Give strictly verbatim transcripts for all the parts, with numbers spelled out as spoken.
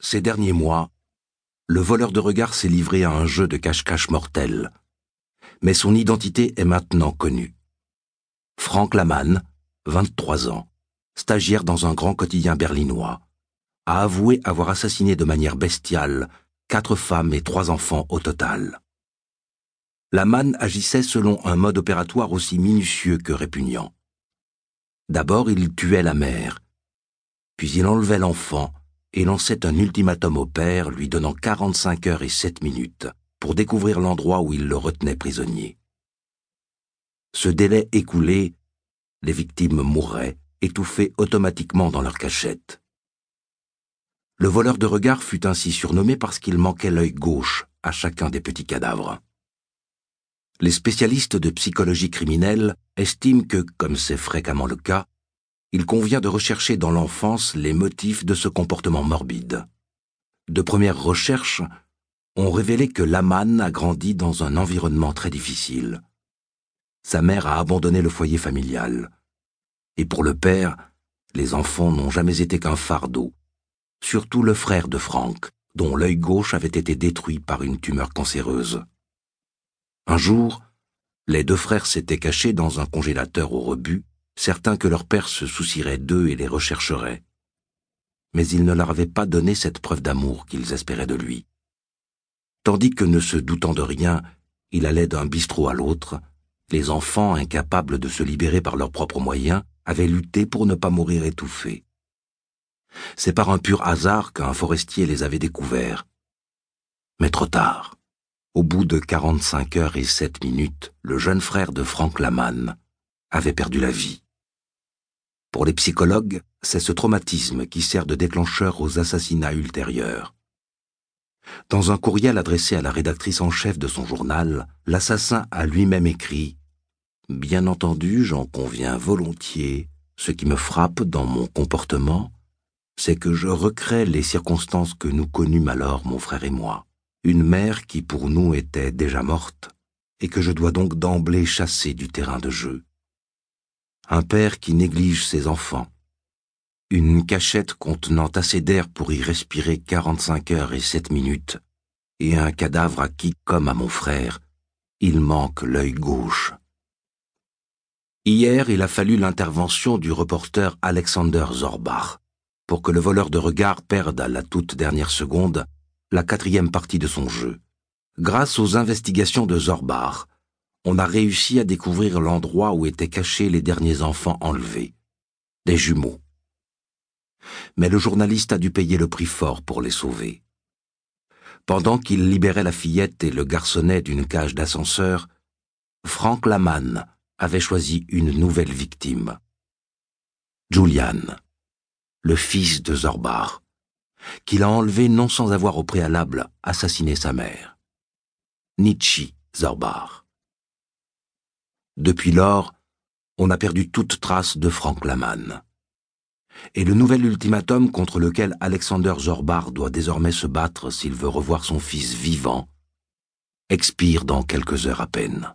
Ces derniers mois, le voleur de regard s'est livré à un jeu de cache-cache mortel. Mais son identité est maintenant connue. Frank Lamann, vingt-trois ans, stagiaire dans un grand quotidien berlinois, a avoué avoir assassiné de manière bestiale quatre femmes et trois enfants au total. Lamann agissait selon un mode opératoire aussi minutieux que répugnant. D'abord, il tuait la mère, puis il enlevait l'enfant et lançait un ultimatum au père lui donnant quarante-cinq heures et sept minutes pour découvrir l'endroit où il le retenait prisonnier. Ce délai écoulé, les victimes mourraient, étouffées automatiquement dans leur cachette. Le voleur de regard fut ainsi surnommé parce qu'il manquait l'œil gauche à chacun des petits cadavres. Les spécialistes de psychologie criminelle estiment que, comme c'est fréquemment le cas, il convient de rechercher dans l'enfance les motifs de ce comportement morbide. De premières recherches ont révélé que Lamann a grandi dans un environnement très difficile. Sa mère a abandonné le foyer familial. Et pour le père, les enfants n'ont jamais été qu'un fardeau, surtout le frère de Frank, dont l'œil gauche avait été détruit par une tumeur cancéreuse. Un jour, les deux frères s'étaient cachés dans un congélateur au rebut, certains que leur père se soucierait d'eux et les rechercherait. Mais il ne leur avait pas donné cette preuve d'amour qu'ils espéraient de lui. Tandis que, ne se doutant de rien, il allait d'un bistrot à l'autre, les enfants, incapables de se libérer par leurs propres moyens, avaient lutté pour ne pas mourir étouffés. C'est par un pur hasard qu'un forestier les avait découverts. Mais trop tard. Au bout de quarante-cinq heures et sept minutes, le jeune frère de Frank Lamann avait perdu la vie. Pour les psychologues, c'est ce traumatisme qui sert de déclencheur aux assassinats ultérieurs. Dans un courriel adressé à la rédactrice en chef de son journal, l'assassin a lui-même écrit « Bien entendu, j'en conviens volontiers, ce qui me frappe dans mon comportement, c'est que je recrée les circonstances que nous connûmes alors, mon frère et moi. Une mère qui pour nous était déjà morte, et que je dois donc d'emblée chasser du terrain de jeu. Un père qui néglige ses enfants. Une cachette contenant assez d'air pour y respirer quarante-cinq heures et sept minutes, et un cadavre à qui, comme à mon frère, il manque l'œil gauche. Hier, il a fallu l'intervention du reporter Alexander Zorbach pour que le voleur de regard perde à la toute dernière seconde la quatrième partie de son jeu. Grâce aux investigations de Zorbach, on a réussi à découvrir l'endroit où étaient cachés les derniers enfants enlevés, des jumeaux. Mais le journaliste a dû payer le prix fort pour les sauver. Pendant qu'il libérait la fillette et le garçonnet d'une cage d'ascenseur, Frank Lamann avait choisi une nouvelle victime. Julian, le fils de Zorbach, qu'il a enlevé non sans avoir au préalable assassiné sa mère. Nietzsche Zorbach. Depuis lors, on a perdu toute trace de Frank Lamann. Et le nouvel ultimatum contre lequel Alexander Zorbach doit désormais se battre s'il veut revoir son fils vivant expire dans quelques heures à peine.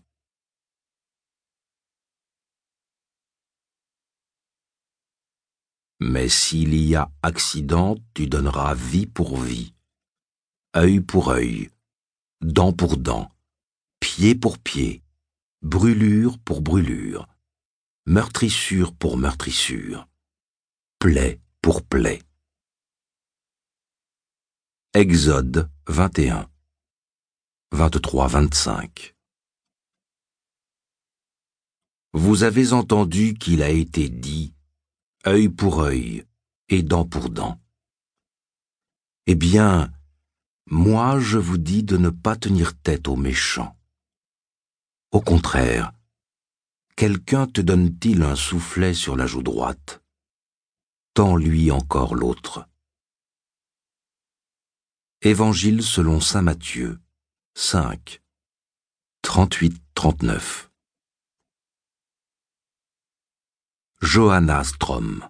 Mais s'il y a accident, tu donneras vie pour vie, œil pour œil, dent pour dent, pied pour pied, brûlure pour brûlure, meurtrissure pour meurtrissure, plaie pour plaie. Exode vingt et un, vingt-trois à vingt-cinq. Vous avez entendu qu'il a été dit œil pour œil et dent pour dent. Eh bien, moi je vous dis de ne pas tenir tête aux méchants. Au contraire, quelqu'un te donne-t-il un soufflet sur la joue droite? Tends-lui encore l'autre. Évangile selon saint Matthieu, cinq, trente-huit à trente-neuf. Johanna Strom.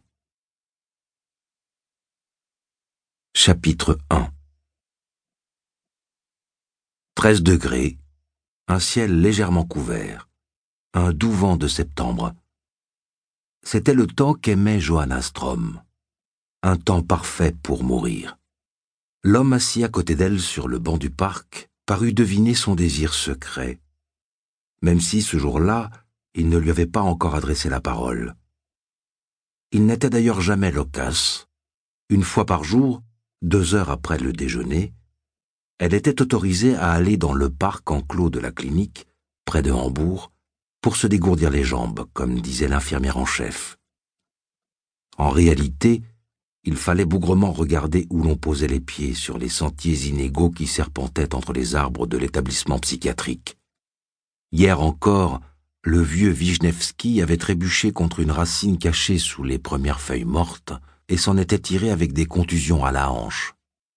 Chapitre un. treize degrés, un ciel légèrement couvert, un doux vent de septembre. C'était le temps qu'aimait Johanna Strom, un temps parfait pour mourir. L'homme assis à côté d'elle sur le banc du parc parut deviner son désir secret, même si ce jour-là, il ne lui avait pas encore adressé la parole. Il n'était d'ailleurs jamais loquace. Une fois par jour, deux heures après le déjeuner, elle était autorisée à aller dans le parc enclos de la clinique, près de Hambourg, pour se dégourdir les jambes, comme disait l'infirmière en chef. En réalité, il fallait bougrement regarder où l'on posait les pieds sur les sentiers inégaux qui serpentaient entre les arbres de l'établissement psychiatrique. Hier encore, le vieux Wijnewski avait trébuché contre une racine cachée sous les premières feuilles mortes et s'en était tiré avec des contusions à la hanche.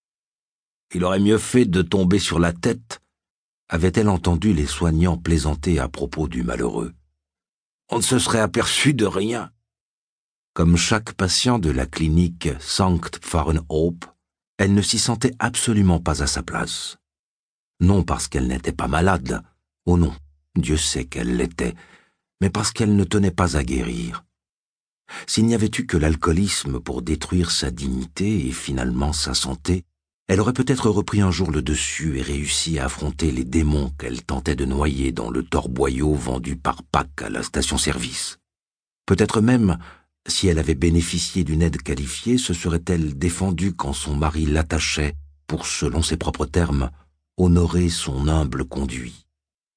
Il aurait mieux fait de tomber sur la tête, avait-elle entendu les soignants plaisanter à propos du malheureux. On ne se serait aperçu de rien. Comme chaque patient de la clinique Sankt Pfarrenhoop, elle ne s'y sentait absolument pas à sa place. Non parce qu'elle n'était pas malade, oh non, Dieu sait qu'elle l'était, mais parce qu'elle ne tenait pas à guérir. S'il n'y avait eu que l'alcoolisme pour détruire sa dignité et finalement sa santé, elle aurait peut-être repris un jour le dessus et réussi à affronter les démons qu'elle tentait de noyer dans le torboyau vendu par pack à la station-service. Peut-être même, si elle avait bénéficié d'une aide qualifiée, se serait-elle défendue quand son mari l'attachait pour, selon ses propres termes, honorer son humble conduit.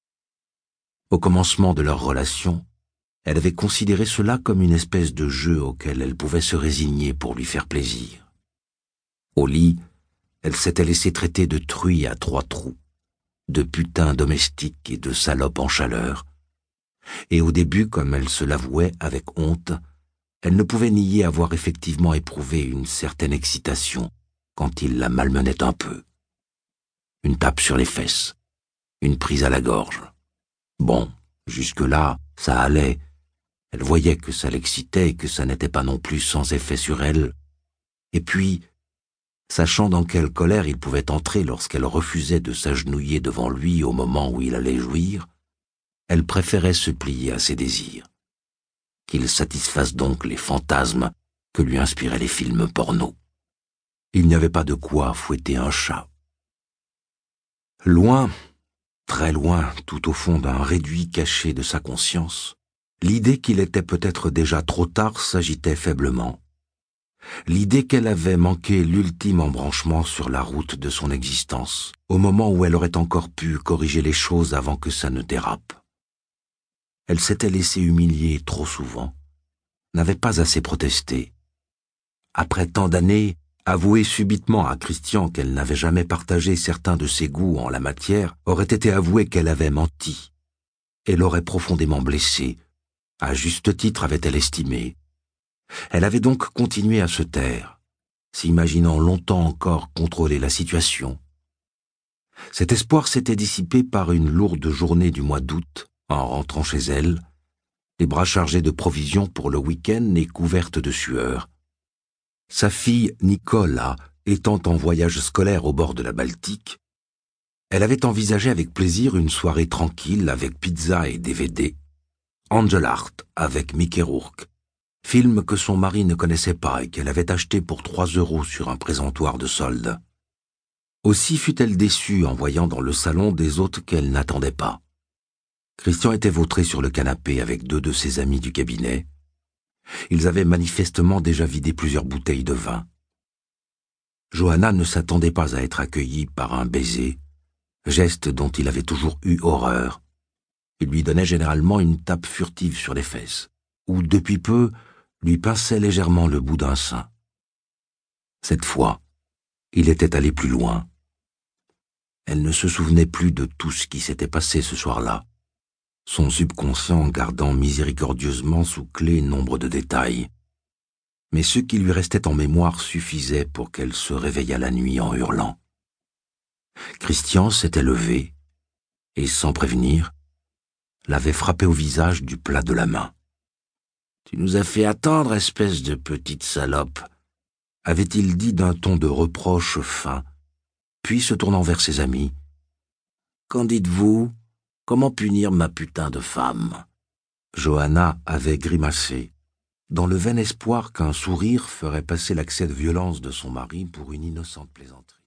Au commencement de leur relation, elle avait considéré cela comme une espèce de jeu auquel elle pouvait se résigner pour lui faire plaisir. Au lit, elle s'était laissée traiter de truie à trois trous, de putain domestique et de salope en chaleur. Et au début, comme elle se l'avouait avec honte, elle ne pouvait nier avoir effectivement éprouvé une certaine excitation quand il la malmenait un peu. Une tape sur les fesses, une prise à la gorge. Bon, jusque-là, ça allait. Elle voyait que ça l'excitait et que ça n'était pas non plus sans effet sur elle. Et puis, sachant dans quelle colère il pouvait entrer lorsqu'elle refusait de s'agenouiller devant lui au moment où il allait jouir, elle préférait se plier à ses désirs. Qu'il satisfasse donc les fantasmes que lui inspiraient les films porno. Il n'y avait pas de quoi fouetter un chat. Loin, très loin, tout au fond d'un réduit caché de sa conscience, l'idée qu'il était peut-être déjà trop tard s'agitait faiblement. L'idée qu'elle avait manqué l'ultime embranchement sur la route de son existence, au moment où elle aurait encore pu corriger les choses avant que ça ne dérape. Elle s'était laissée humilier trop souvent, n'avait pas assez protesté. Après tant d'années, avouer subitement à Christian qu'elle n'avait jamais partagé certains de ses goûts en la matière aurait été avouer qu'elle avait menti, et l'aurait profondément blessée. À juste titre avait-elle estimé. Elle avait donc continué à se taire, s'imaginant longtemps encore contrôler la situation. Cet espoir s'était dissipé par une lourde journée du mois d'août, en rentrant chez elle, les bras chargés de provisions pour le week-end et couvertes de sueur. Sa fille Nicola étant en voyage scolaire au bord de la Baltique, elle avait envisagé avec plaisir une soirée tranquille avec pizza et D V D, Angelart avec Mickey Rourke, film que son mari ne connaissait pas et qu'elle avait acheté pour trois euros sur un présentoir de solde. Aussi fut-elle déçue en voyant dans le salon des hôtes qu'elle n'attendait pas. Christian était vautré sur le canapé avec deux de ses amis du cabinet. Ils avaient manifestement déjà vidé plusieurs bouteilles de vin. Johanna ne s'attendait pas à être accueillie par un baiser, geste dont il avait toujours eu horreur. Il lui donnait généralement une tape furtive sur les fesses, ou depuis peu, lui pinçait légèrement le bout d'un sein. Cette fois, il était allé plus loin. Elle ne se souvenait plus de tout ce qui s'était passé ce soir-là, son subconscient gardant miséricordieusement sous clé nombre de détails. Mais ce qui lui restait en mémoire suffisait pour qu'elle se réveillât la nuit en hurlant. Christian s'était levé, et sans prévenir, l'avait frappé au visage du plat de la main. « Tu nous as fait attendre, espèce de petite salope !» avait-il dit d'un ton de reproche fin, puis se tournant vers ses amis. « Qu'en dites-vous ? Comment punir ma putain de femme ?» Johanna avait grimacé, dans le vain espoir qu'un sourire ferait passer l'accès de violence de son mari pour une innocente plaisanterie.